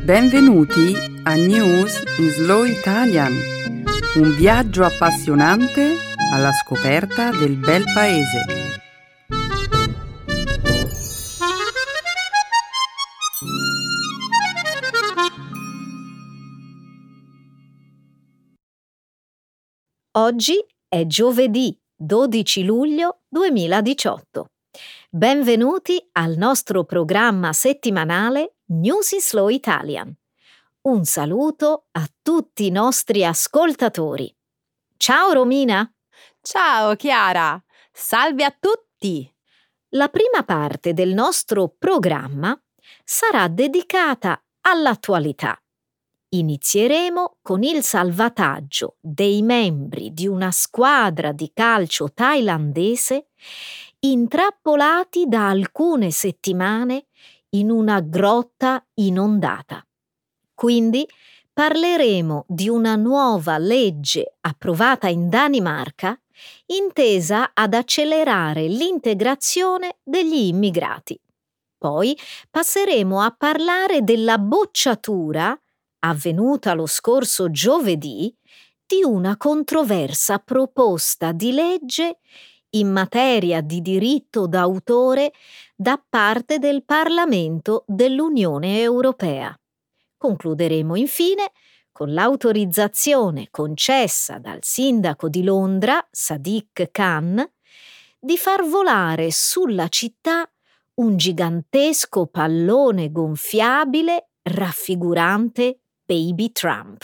Benvenuti a News in Slow Italian, un viaggio appassionante alla scoperta del bel paese. Oggi è giovedì 12 luglio 2018. Benvenuti al nostro programma settimanale News in Slow Italian. Un saluto a tutti i nostri ascoltatori. Ciao Romina! Ciao Chiara! Salve a tutti! La prima parte del nostro programma sarà dedicata all'attualità. Inizieremo con il salvataggio dei membri di una squadra di calcio thailandese intrappolati da alcune settimane in una grotta inondata. Quindi parleremo di una nuova legge approvata in Danimarca intesa ad accelerare l'integrazione degli immigrati. Poi passeremo a parlare della bocciatura avvenuta lo scorso giovedì di una controversa proposta di legge in materia di diritto d'autore da parte del Parlamento dell'Unione Europea. Concluderemo infine con l'autorizzazione concessa dal sindaco di Londra, Sadiq Khan, di far volare sulla città un gigantesco pallone gonfiabile raffigurante Baby Trump.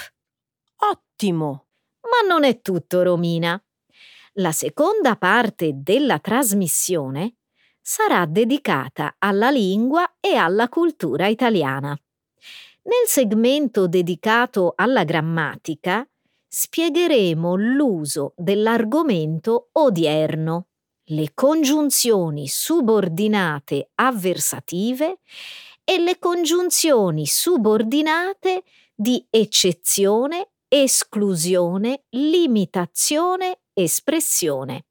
Ottimo! Ma non è tutto, Romina. La seconda parte della trasmissione sarà dedicata alla lingua e alla cultura italiana. Nel segmento dedicato alla grammatica spiegheremo l'uso dell'argomento odierno, le congiunzioni subordinate avversative e le congiunzioni subordinate di eccezione, esclusione, limitazione, espressione.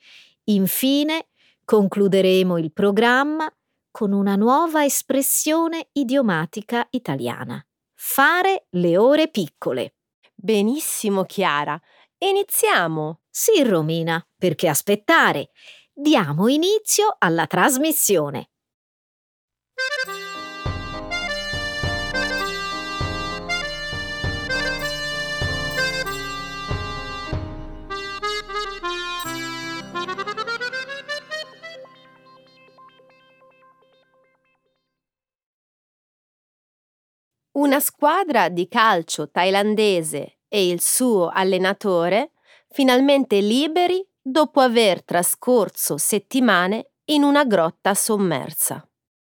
Infine, concluderemo il programma con una nuova espressione idiomatica italiana: fare le ore piccole. Benissimo, Chiara. Iniziamo! Sì, Romina, perché aspettare? Diamo inizio alla trasmissione. Una squadra di calcio thailandese e il suo allenatore finalmente liberi dopo aver trascorso settimane in una grotta sommersa.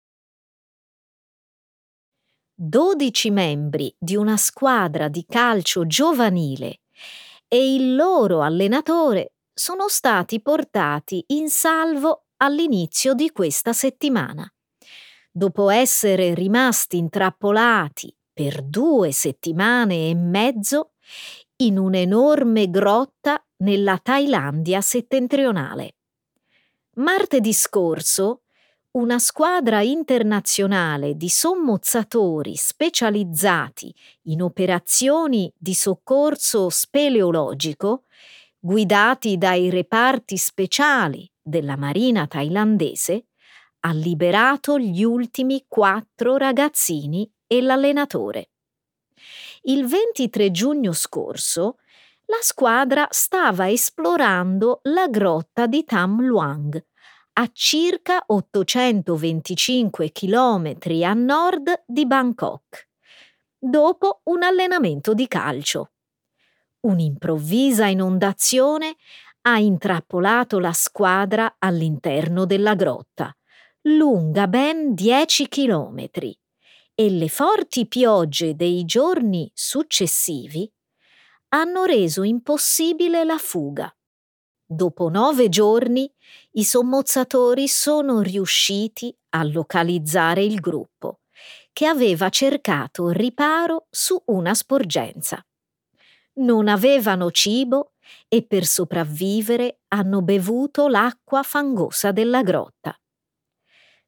12 membri di una squadra di calcio giovanile e il loro allenatore sono stati portati in salvo all'inizio di questa settimana. Dopo essere rimasti intrappolati per 2 settimane e mezzo in un'enorme grotta nella Thailandia settentrionale. Martedì scorso, una squadra internazionale di sommozzatori specializzati in operazioni di soccorso speleologico, guidati dai reparti speciali della Marina thailandese, ha liberato gli ultimi 4 ragazzini e l'allenatore. Il 23 giugno scorso, la squadra stava esplorando la grotta di Tham Luang, a circa 825 chilometri a nord di Bangkok, dopo un allenamento di calcio. Un'improvvisa inondazione ha intrappolato la squadra all'interno della grotta, lunga ben 10 chilometri, e le forti piogge dei giorni successivi hanno reso impossibile la fuga. Dopo 9 giorni, i sommozzatori sono riusciti a localizzare il gruppo, che aveva cercato riparo su una sporgenza. Non avevano cibo e per sopravvivere hanno bevuto l'acqua fangosa della grotta.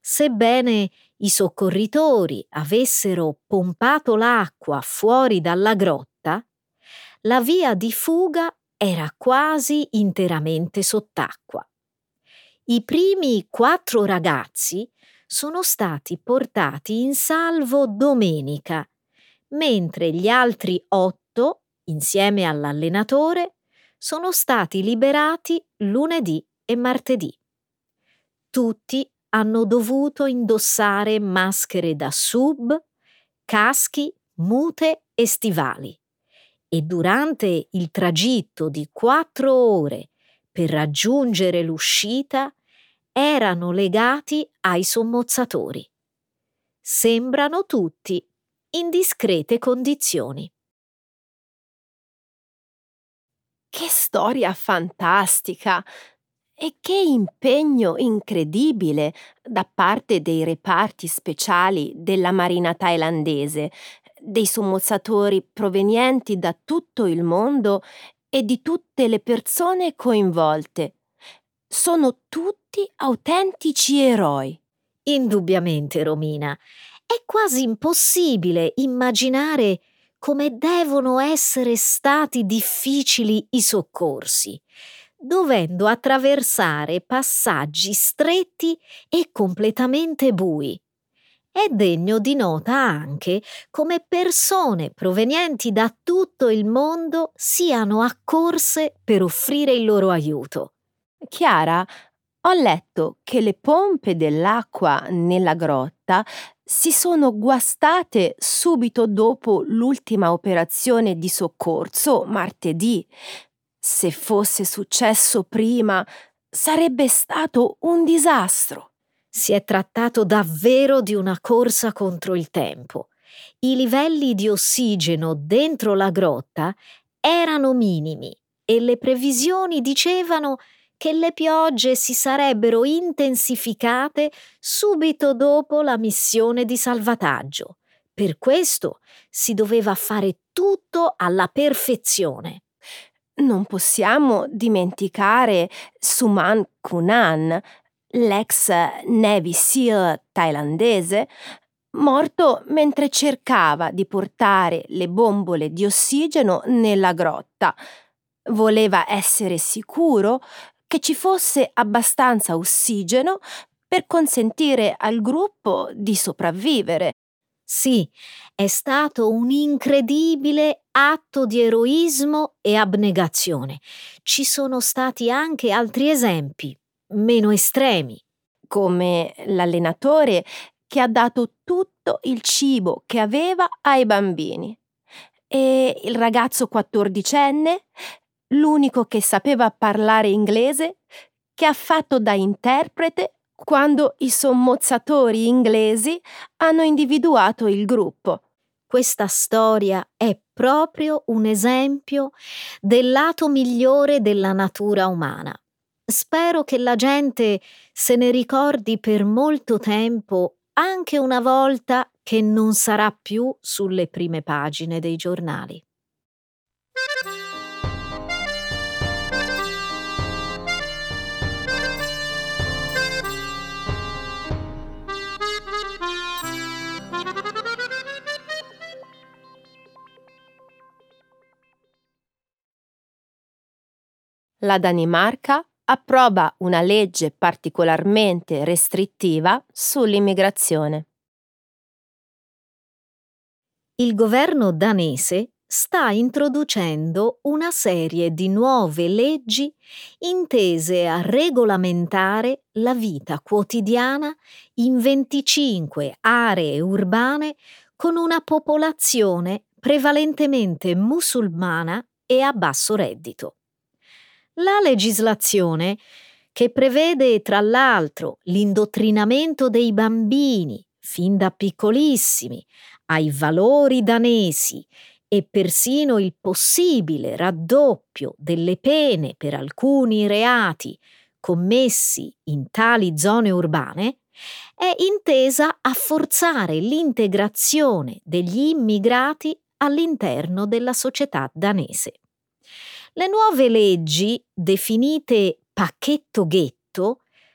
Sebbene i soccorritori avessero pompato l'acqua fuori dalla grotta, la via di fuga era quasi interamente sott'acqua. I primi 4 ragazzi sono stati portati in salvo domenica, mentre gli altri 8, insieme all'allenatore, sono stati liberati lunedì e martedì. Tutti hanno dovuto indossare maschere da sub, caschi, mute e stivali, e durante il tragitto di 4 ore per raggiungere l'uscita erano legati ai sommozzatori. Sembrano tutti in discrete condizioni. Che storia fantastica! E che impegno incredibile da parte dei reparti speciali della Marina thailandese, dei sommozzatori provenienti da tutto il mondo e di tutte le persone coinvolte. Sono tutti autentici eroi. Indubbiamente, Romina, è quasi impossibile immaginare come devono essere stati difficili i soccorsi, dovendo attraversare passaggi stretti e completamente bui. È degno di nota anche come persone provenienti da tutto il mondo siano accorse per offrire il loro aiuto. Chiara, ho letto che le pompe dell'acqua nella grotta si sono guastate subito dopo l'ultima operazione di soccorso martedì. Se fosse successo prima, sarebbe stato un disastro. Si è trattato davvero di una corsa contro il tempo. I livelli di ossigeno dentro la grotta erano minimi e le previsioni dicevano che le piogge si sarebbero intensificate subito dopo la missione di salvataggio. Per questo si doveva fare tutto alla perfezione. Non possiamo dimenticare Suman Kunan, l'ex Navy SEAL thailandese, morto mentre cercava di portare le bombole di ossigeno nella grotta. Voleva essere sicuro che ci fosse abbastanza ossigeno per consentire al gruppo di sopravvivere. Sì, è stato un incredibile atto di eroismo e abnegazione. Ci sono stati anche altri esempi, meno estremi. Come l'allenatore che ha dato tutto il cibo che aveva ai bambini. E il ragazzo 14enne, l'unico che sapeva parlare inglese, che ha fatto da interprete quando i sommozzatori inglesi hanno individuato il gruppo. Questa storia è proprio un esempio del lato migliore della natura umana. Spero che la gente se ne ricordi per molto tempo, anche una volta che non sarà più sulle prime pagine dei giornali. La Danimarca approva una legge particolarmente restrittiva sull'immigrazione. Il governo danese sta introducendo una serie di nuove leggi intese a regolamentare la vita quotidiana in 25 aree urbane con una popolazione prevalentemente musulmana e a basso reddito. La legislazione, che prevede tra l'altro l'indottrinamento dei bambini fin da piccolissimi ai valori danesi e persino il possibile raddoppio delle pene per alcuni reati commessi in tali zone urbane, è intesa a forzare l'integrazione degli immigrati all'interno della società danese. Le nuove leggi, definite pacchetto ghetto,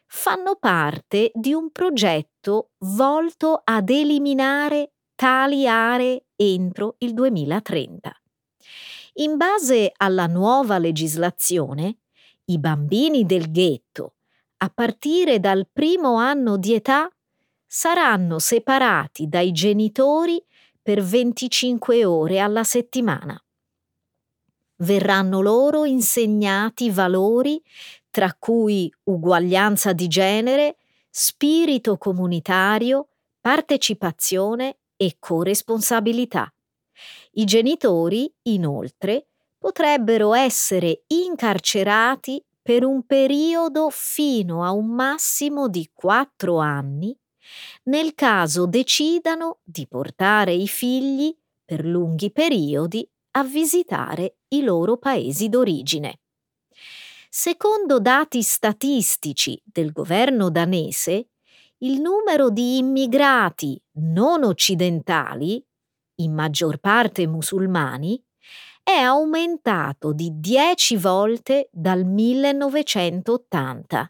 fanno parte di un progetto volto ad eliminare tali aree entro il 2030. In base alla nuova legislazione, i bambini del ghetto, a partire dal primo anno di età, saranno separati dai genitori per 25 ore alla settimana. Verranno loro insegnati valori tra cui uguaglianza di genere, spirito comunitario, partecipazione e corresponsabilità. I genitori, inoltre, potrebbero essere incarcerati per un periodo fino a un massimo di 4 anni, nel caso decidano di portare i figli per lunghi periodi a visitare i loro paesi d'origine. Secondo dati statistici del governo danese, il numero di immigrati non occidentali, in maggior parte musulmani, è aumentato di 10 volte dal 1980,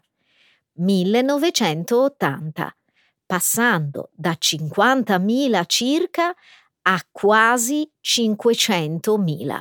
passando da 50.000 circa a quasi 500.000.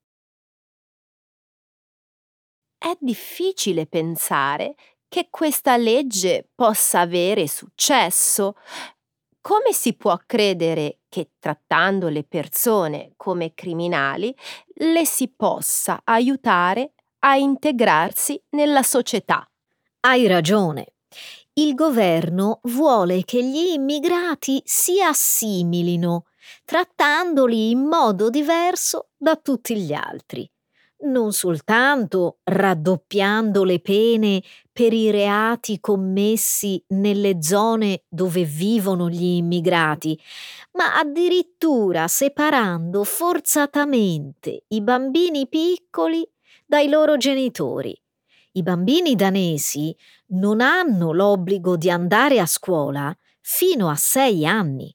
È difficile pensare che questa legge possa avere successo. Come si può credere che trattando le persone come criminali le si possa aiutare a integrarsi nella società? Hai ragione. Il governo vuole che gli immigrati si assimilino, trattandoli in modo diverso da tutti gli altri. Non soltanto raddoppiando le pene per i reati commessi nelle zone dove vivono gli immigrati, ma addirittura separando forzatamente i bambini piccoli dai loro genitori. I bambini danesi non hanno l'obbligo di andare a scuola fino a 6 anni.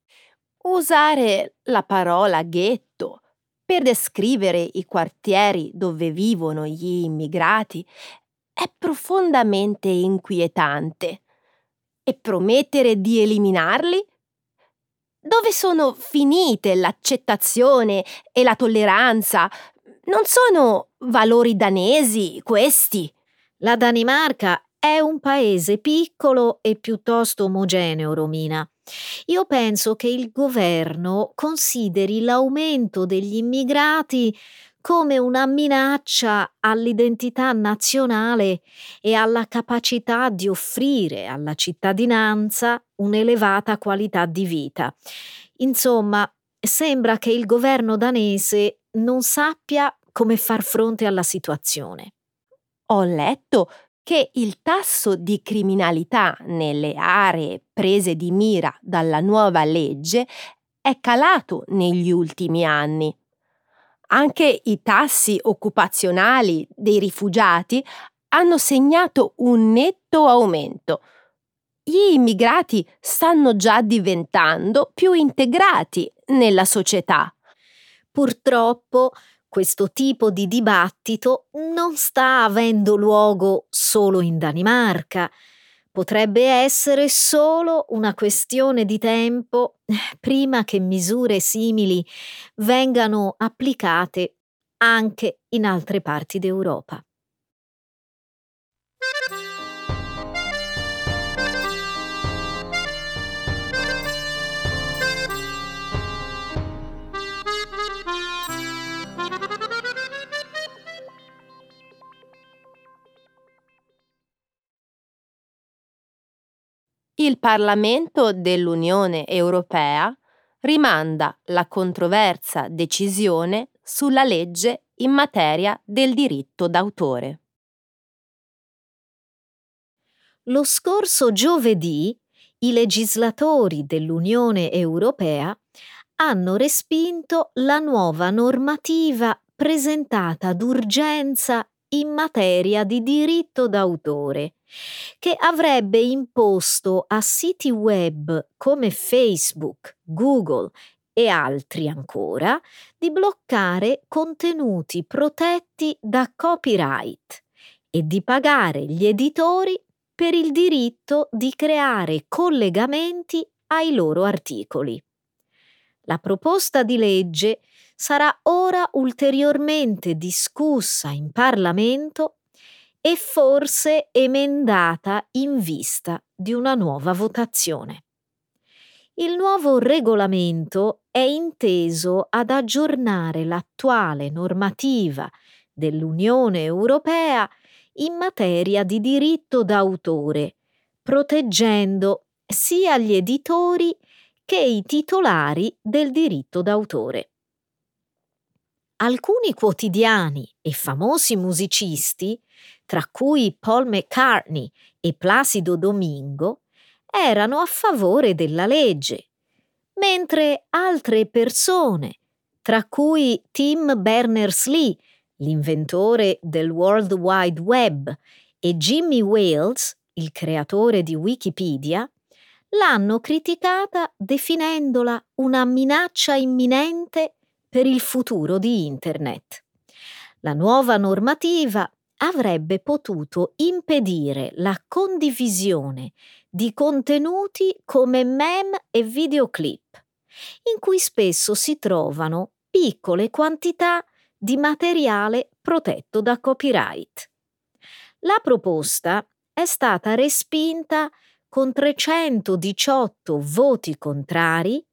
Usare la parola ghetto per descrivere i quartieri dove vivono gli immigrati è profondamente inquietante. E promettere di eliminarli? Dove sono finite l'accettazione e la tolleranza? Non sono valori danesi questi? La Danimarca è un paese piccolo e piuttosto omogeneo, Romina. Io penso che il governo consideri l'aumento degli immigrati come una minaccia all'identità nazionale e alla capacità di offrire alla cittadinanza un'elevata qualità di vita. Insomma, sembra che il governo danese non sappia come far fronte alla situazione. Ho letto che il tasso di criminalità nelle aree prese di mira dalla nuova legge è calato negli ultimi anni. Anche i tassi occupazionali dei rifugiati hanno segnato un netto aumento. Gli immigrati stanno già diventando più integrati nella società. Purtroppo questo tipo di dibattito non sta avendo luogo solo in Danimarca. Potrebbe essere solo una questione di tempo prima che misure simili vengano applicate anche in altre parti d'Europa. Il Parlamento dell'Unione Europea rimanda la controversa decisione sulla legge in materia del diritto d'autore. Lo scorso giovedì i legislatori dell'Unione Europea hanno respinto la nuova normativa presentata d'urgenza in materia di diritto d'autore, che avrebbe imposto a siti web come Facebook, Google e altri ancora di bloccare contenuti protetti da copyright e di pagare gli editori per il diritto di creare collegamenti ai loro articoli. La proposta di legge sarà ora ulteriormente discussa in Parlamento e forse emendata in vista di una nuova votazione. Il nuovo regolamento è inteso ad aggiornare l'attuale normativa dell'Unione Europea in materia di diritto d'autore, proteggendo sia gli editori che i titolari del diritto d'autore. Alcuni quotidiani e famosi musicisti, tra cui Paul McCartney e Placido Domingo, erano a favore della legge, mentre altre persone, tra cui Tim Berners-Lee, l'inventore del World Wide Web, e Jimmy Wales, il creatore di Wikipedia, l'hanno criticata definendola una minaccia imminente per il futuro di Internet. La nuova normativa avrebbe potuto impedire la condivisione di contenuti come meme e videoclip, in cui spesso si trovano piccole quantità di materiale protetto da copyright. La proposta è stata respinta con 318 voti contrari,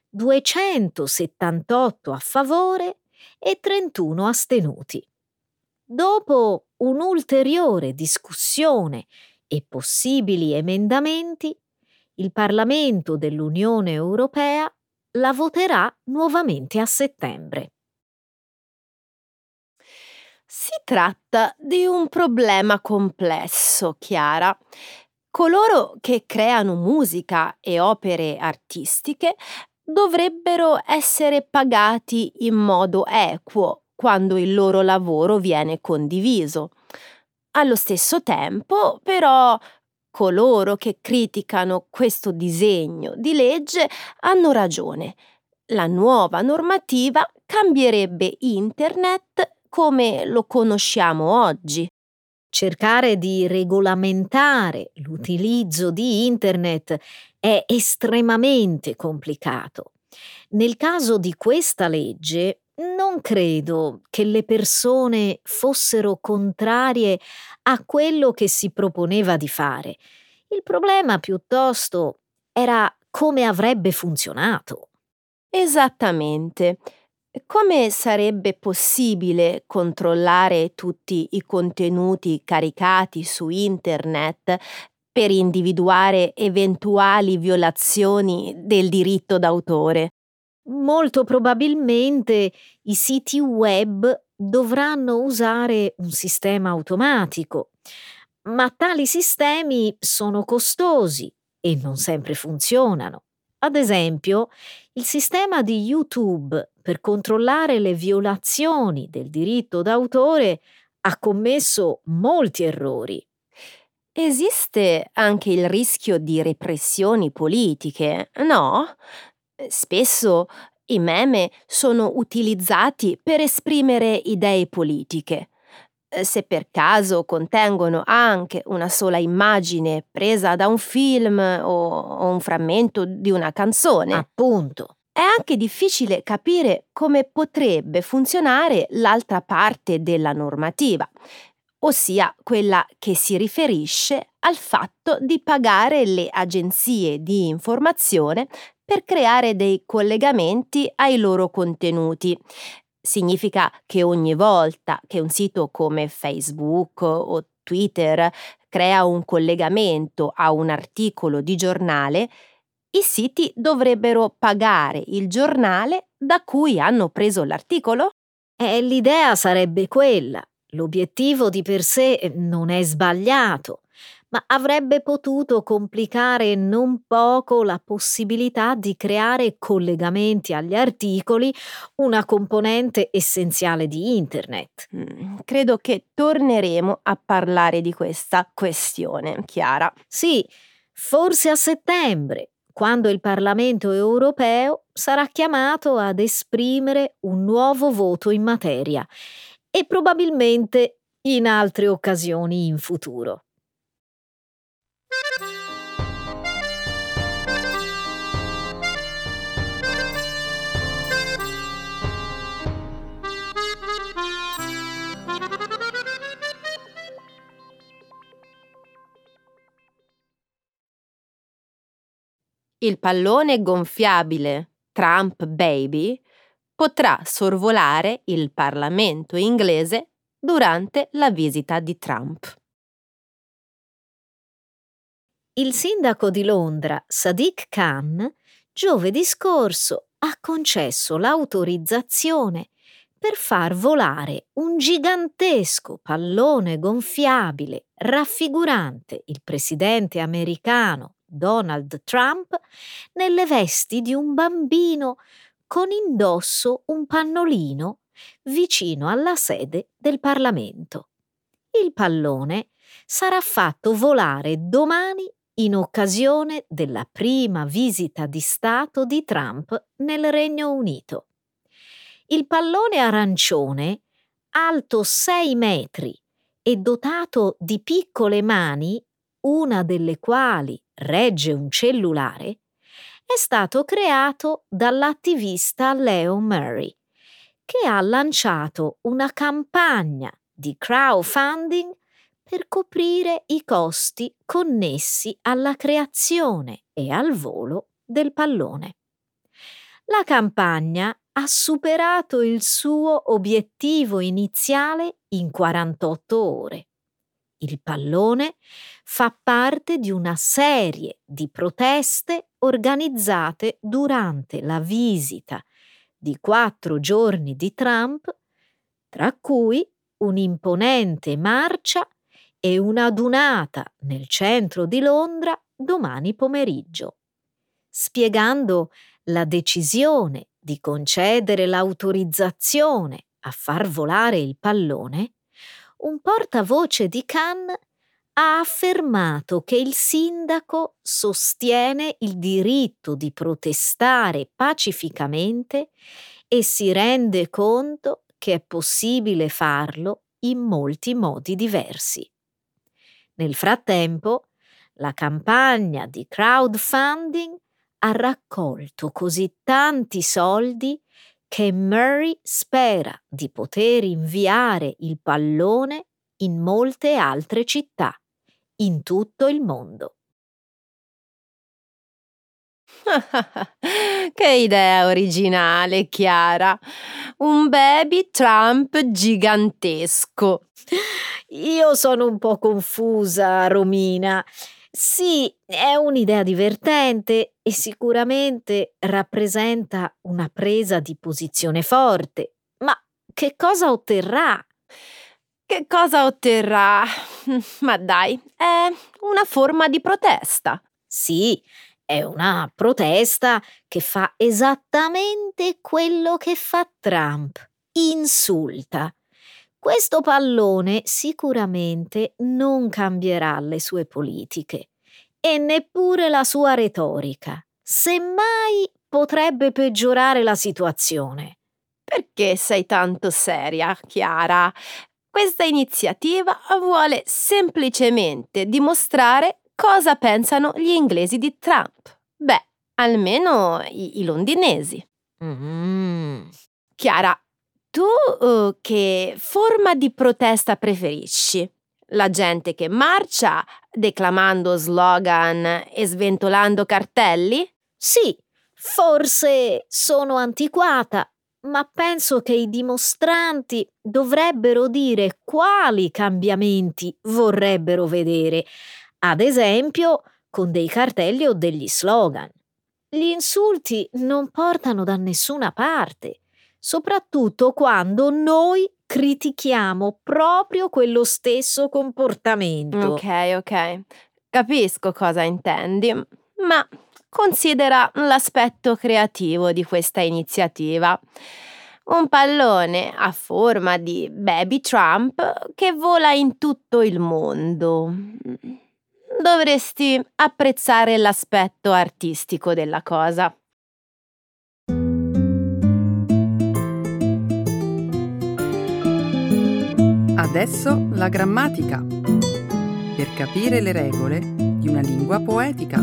278 a favore e 31 astenuti. Dopo un'ulteriore discussione e possibili emendamenti, il Parlamento dell'Unione Europea la voterà nuovamente a settembre. Si tratta di un problema complesso, Chiara. Coloro che creano musica e opere artistiche dovrebbero essere pagati in modo equo quando il loro lavoro viene condiviso. Allo stesso tempo, però, coloro che criticano questo disegno di legge hanno ragione. La nuova normativa cambierebbe Internet come lo conosciamo oggi. Cercare di regolamentare l'utilizzo di Internet è estremamente complicato. Nel caso di questa legge, non credo che le persone fossero contrarie a quello che si proponeva di fare. Il problema piuttosto era come avrebbe funzionato. Esattamente. Come sarebbe possibile controllare tutti i contenuti caricati su Internet per individuare eventuali violazioni del diritto d'autore? Molto probabilmente i siti web dovranno usare un sistema automatico, ma tali sistemi sono costosi e non sempre funzionano. Ad esempio, il sistema di YouTube per controllare le violazioni del diritto d'autore ha commesso molti errori. Esiste anche il rischio di repressioni politiche, no? Spesso i meme sono utilizzati per esprimere idee politiche. Se per caso contengono anche una sola immagine presa da un film o un frammento di una canzone, Appunto. è anche difficile capire come potrebbe funzionare l'altra parte della normativa, ossia quella che si riferisce al fatto di pagare le agenzie di informazione per creare dei collegamenti ai loro contenuti. Significa che ogni volta che un sito come Facebook o Twitter crea un collegamento a un articolo di giornale, i siti dovrebbero pagare il giornale da cui hanno preso l'articolo? L'idea sarebbe quella. L'obiettivo di per sé non è sbagliato, ma avrebbe potuto complicare non poco la possibilità di creare collegamenti agli articoli, una componente essenziale di Internet. Credo che torneremo a parlare di questa questione, Chiara. Sì, forse a settembre, quando il Parlamento europeo sarà chiamato ad esprimere un nuovo voto in materia e probabilmente in altre occasioni in futuro. Il pallone gonfiabile Trump Baby potrà sorvolare il Parlamento inglese durante la visita di Trump. Il sindaco di Londra, Sadiq Khan, giovedì scorso ha concesso l'autorizzazione per far volare un gigantesco pallone gonfiabile raffigurante il presidente americano Donald Trump nelle vesti di un bambino con indosso un pannolino vicino alla sede del Parlamento. Il pallone sarà fatto volare domani in occasione della prima visita di Stato di Trump nel Regno Unito. Il pallone arancione, alto 6 metri e dotato di piccole mani, una delle quali regge un cellulare, è stato creato dall'attivista Leo Murray, che ha lanciato una campagna di crowdfunding per coprire i costi connessi alla creazione e al volo del pallone. La campagna ha superato il suo obiettivo iniziale in 48 ore. Il pallone fa parte di una serie di proteste organizzate durante la visita di 4 giorni di Trump, tra cui un'imponente marcia e una adunata nel centro di Londra domani pomeriggio. Spiegando la decisione di concedere l'autorizzazione a far volare il pallone, un portavoce di Khan ha affermato che il sindaco sostiene il diritto di protestare pacificamente e si rende conto che è possibile farlo in molti modi diversi. Nel frattempo, la campagna di crowdfunding ha raccolto così tanti soldi che Murray spera di poter inviare il pallone in molte altre città, in tutto il mondo. Che idea originale, Chiara! Un baby Trump gigantesco. Io sono un po' confusa, Romina. Sì, è un'idea divertente e sicuramente rappresenta una presa di posizione forte. Ma che cosa otterrà? Che cosa otterrà? Ma dai, è una forma di protesta. Sì, è una protesta che fa esattamente quello che fa Trump. Insulta. Questo pallone sicuramente non cambierà le sue politiche e neppure la sua retorica. Semmai potrebbe peggiorare la situazione. Perché sei tanto seria, Chiara? Questa iniziativa vuole semplicemente dimostrare cosa pensano gli inglesi di Trump. Beh, almeno i londinesi. Chiara, tu che forma di protesta preferisci? La gente che marcia declamando slogan e sventolando cartelli? Sì, forse sono antiquata, ma penso che i dimostranti dovrebbero dire quali cambiamenti vorrebbero vedere, ad esempio con dei cartelli o degli slogan. Gli insulti non portano da nessuna parte, soprattutto quando noi critichiamo proprio quello stesso comportamento. Ok, capisco cosa intendi, ma considera l'aspetto creativo di questa iniziativa. Un pallone a forma di baby Trump che vola in tutto il mondo. Dovresti apprezzare l'aspetto artistico della cosa. Adesso la grammatica. Per capire le regole, di una lingua poetica.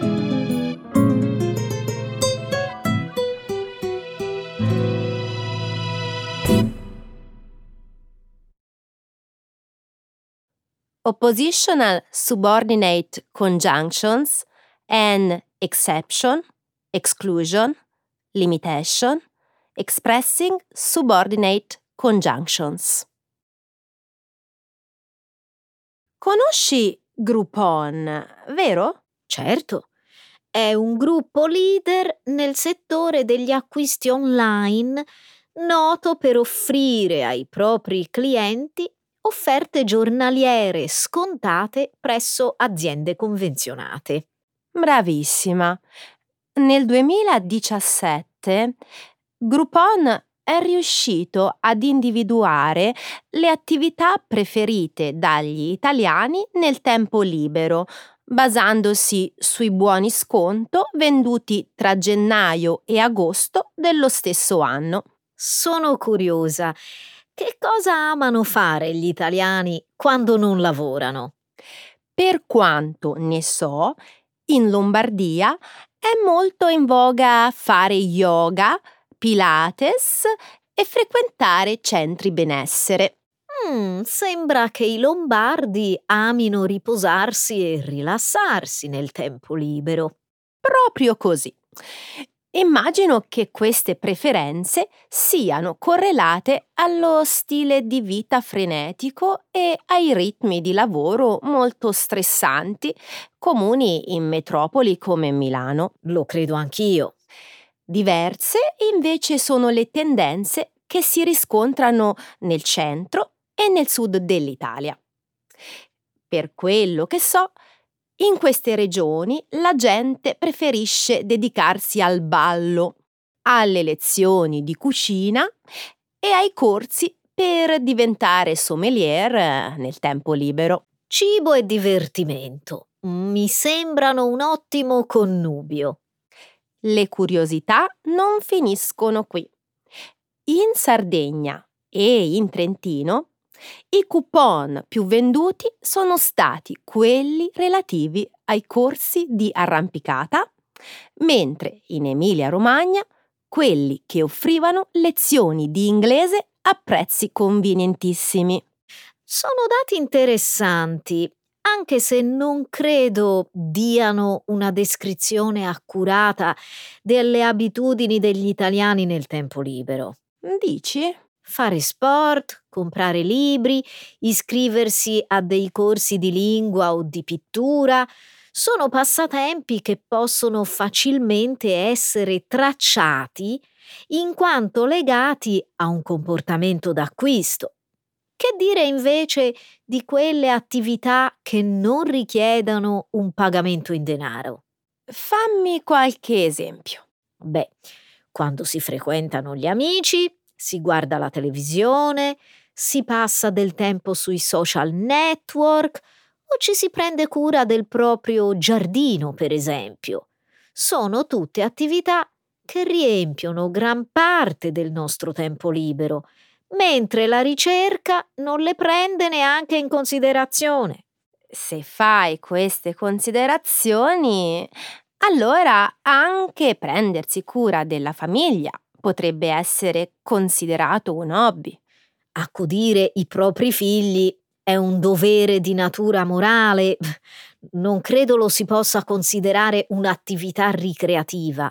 Oppositional subordinate conjunctions and exception, exclusion, limitation, expressing subordinate conjunctions. Conosci Groupon, vero? Certo, è un gruppo leader nel settore degli acquisti online, noto per offrire ai propri clienti offerte giornaliere scontate presso aziende convenzionate. Bravissima. Nel 2017 Groupon è riuscito ad individuare le attività preferite dagli italiani nel tempo libero, basandosi sui buoni sconto venduti tra gennaio e agosto dello stesso anno. Sono curiosa. Che cosa amano fare gli italiani quando non lavorano? Per quanto ne so, in Lombardia è molto in voga fare yoga, pilates e frequentare centri benessere. Sembra che i lombardi amino riposarsi e rilassarsi nel tempo libero. Proprio così. Immagino che queste preferenze siano correlate allo stile di vita frenetico e ai ritmi di lavoro molto stressanti, comuni in metropoli come Milano. Lo credo anch'io. Diverse invece sono le tendenze che si riscontrano nel centro e nel sud dell'Italia. Per quello che so, in queste regioni la gente preferisce dedicarsi al ballo, alle lezioni di cucina e ai corsi per diventare sommelier nel tempo libero. Cibo e divertimento. Mi sembrano un ottimo connubio. Le curiosità non finiscono qui. In Sardegna e in Trentino i coupon più venduti sono stati quelli relativi ai corsi di arrampicata, mentre in Emilia-Romagna quelli che offrivano lezioni di inglese a prezzi convenientissimi. Sono dati interessanti, anche se non credo diano una descrizione accurata delle abitudini degli italiani nel tempo libero. Dici? Fare sport, comprare libri, iscriversi a dei corsi di lingua o di pittura sono passatempi che possono facilmente essere tracciati in quanto legati a un comportamento d'acquisto. Che dire invece di quelle attività che non richiedano un pagamento in denaro? Fammi qualche esempio. Beh, quando si frequentano gli amici, si guarda la televisione, si passa del tempo sui social network o ci si prende cura del proprio giardino, per esempio. Sono tutte attività che riempiono gran parte del nostro tempo libero, mentre la ricerca non le prende neanche in considerazione. Se fai queste considerazioni, allora anche prendersi cura della famiglia potrebbe essere considerato un hobby. Accudire i propri figli è un dovere di natura morale. Non credo lo si possa considerare un'attività ricreativa.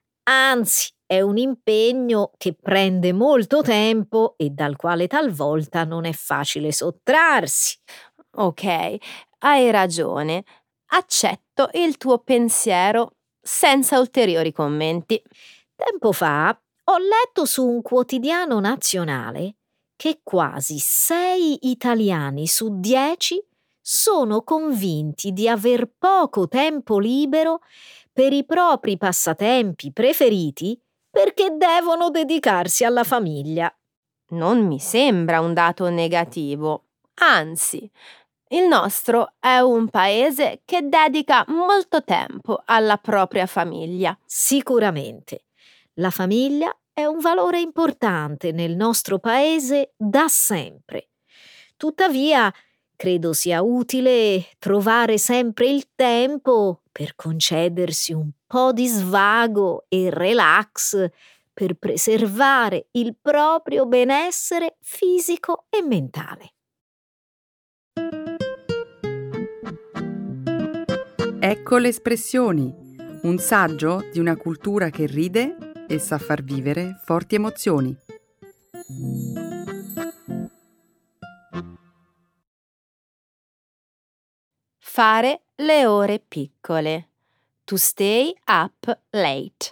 Anzi, è un impegno che prende molto tempo e dal quale talvolta non è facile sottrarsi. Ok, hai ragione. Accetto il tuo pensiero senza ulteriori commenti. Tempo fa ho letto su un quotidiano nazionale che quasi 6 italiani su 10 sono convinti di aver poco tempo libero per i propri passatempi preferiti perché devono dedicarsi alla famiglia. Non mi sembra un dato negativo. Anzi, il nostro è un paese che dedica molto tempo alla propria famiglia. Sicuramente. La famiglia è un valore importante nel nostro paese da sempre. Tuttavia, Credo sia utile trovare sempre il tempo per concedersi un po' di svago e relax per preservare il proprio benessere fisico e mentale. Ecco le espressioni, un saggio di una cultura che ride e sa far vivere forti emozioni. Fare le ore piccole. To stay up late.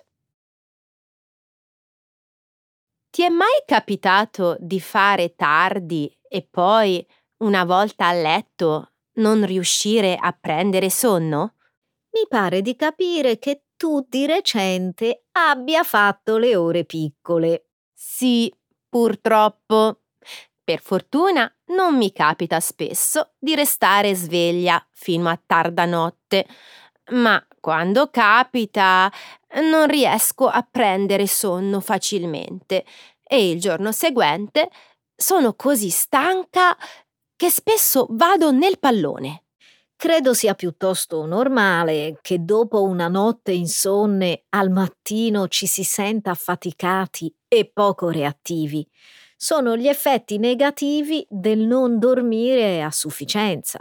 Ti è mai capitato di fare tardi e poi, una volta a letto, non riuscire a prendere sonno? Mi pare di capire che tu di recente abbia fatto le ore piccole. Sì, purtroppo. Per fortuna non mi capita spesso di restare sveglia fino a tarda notte, ma quando capita non riesco a prendere sonno facilmente e il giorno seguente sono così stanca che spesso vado nel pallone. Credo sia piuttosto normale che dopo una notte insonne al mattino ci si senta affaticati e poco reattivi. Sono gli effetti negativi del non dormire a sufficienza.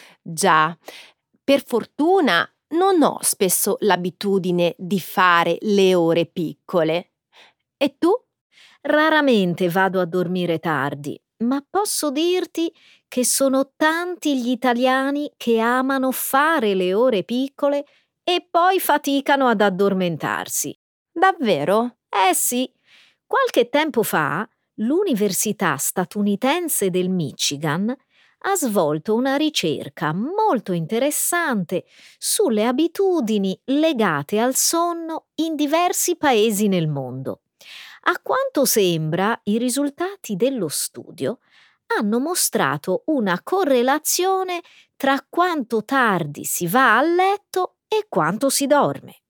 Già, per fortuna non ho spesso l'abitudine di fare le ore piccole. E tu? Raramente vado a dormire tardi, ma posso dirti che sono tanti gli italiani che amano fare le ore piccole e poi faticano ad addormentarsi. Davvero? Eh sì, qualche tempo fa l'Università statunitense del Michigan ha svolto una ricerca molto interessante sulle abitudini legate al sonno in diversi paesi nel mondo. A quanto sembra, i risultati dello studio hanno mostrato una correlazione tra quanto tardi si va a letto e quanto si dorme.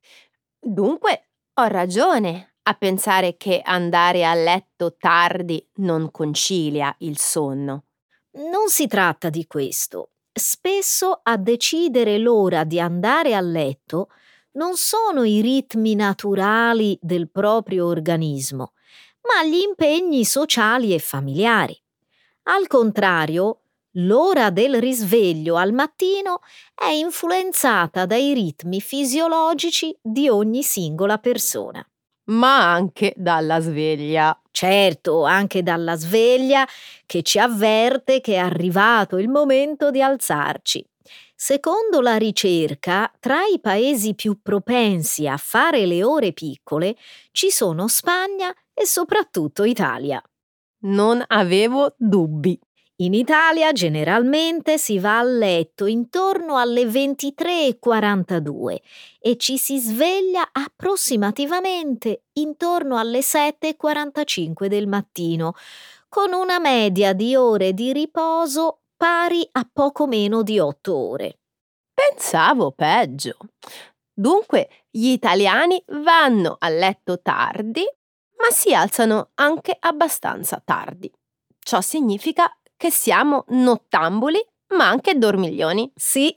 Dunque, ho ragione a pensare che andare a letto tardi non concilia il sonno. Non si tratta di questo. Spesso a decidere l'ora di andare a letto non sono i ritmi naturali del proprio organismo, ma gli impegni sociali e familiari. Al contrario, l'ora del risveglio al mattino è influenzata dai ritmi fisiologici di ogni singola persona. Ma anche dalla sveglia. Certo, anche dalla sveglia che ci avverte che è arrivato il momento di alzarci. Secondo la ricerca, tra i paesi più propensi a fare le ore piccole ci sono Spagna e soprattutto Italia. Non avevo dubbi. In Italia generalmente si va a letto intorno alle 23:42 e ci si sveglia approssimativamente intorno alle 7:45 del mattino, con una media di ore di riposo pari a poco meno di 8 ore. Pensavo peggio. Dunque, gli italiani vanno a letto tardi, ma si alzano anche abbastanza tardi. Ciò significa che siamo nottambuli, ma anche dormiglioni. Sì,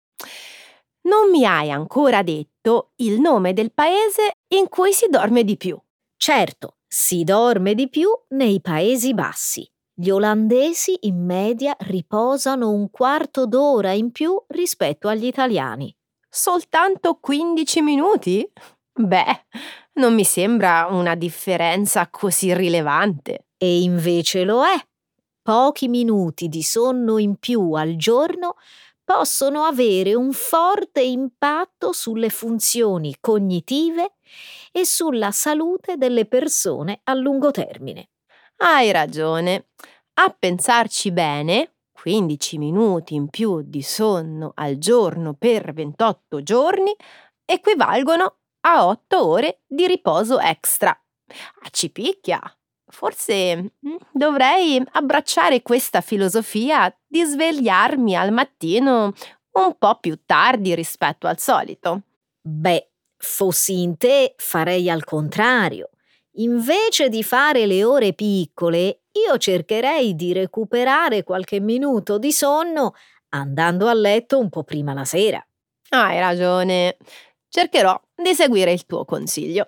Non mi hai ancora detto il nome del paese in cui si dorme di più. certo, si dorme di più nei Paesi Bassi. Gli olandesi in media riposano un quarto d'ora in più rispetto agli italiani. Soltanto 15 minuti? Beh, non mi sembra una differenza così rilevante. E invece lo è. Pochi minuti di sonno in più al giorno possono avere un forte impatto sulle funzioni cognitive e sulla salute delle persone a lungo termine. Hai ragione. A pensarci bene, 15 minuti in più di sonno al giorno per 28 giorni equivalgono a 8 ore di riposo extra. Ci picchia. Forse dovrei abbracciare questa filosofia di svegliarmi al mattino un po' più tardi rispetto al solito. Beh, fossi in te farei al contrario. Invece di fare le ore piccole, io cercherei di recuperare qualche minuto di sonno andando a letto un po' prima la sera. Hai ragione. Cercherò di seguire il tuo consiglio.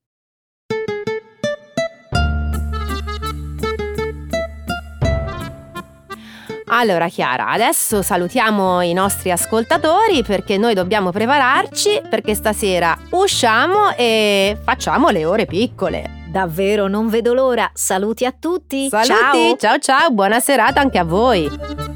Allora Chiara, adesso salutiamo i nostri ascoltatori perché noi dobbiamo prepararci perché stasera usciamo e facciamo le ore piccole. Davvero non vedo l'ora. Saluti a tutti. Saluti, ciao ciao, buona serata anche a voi.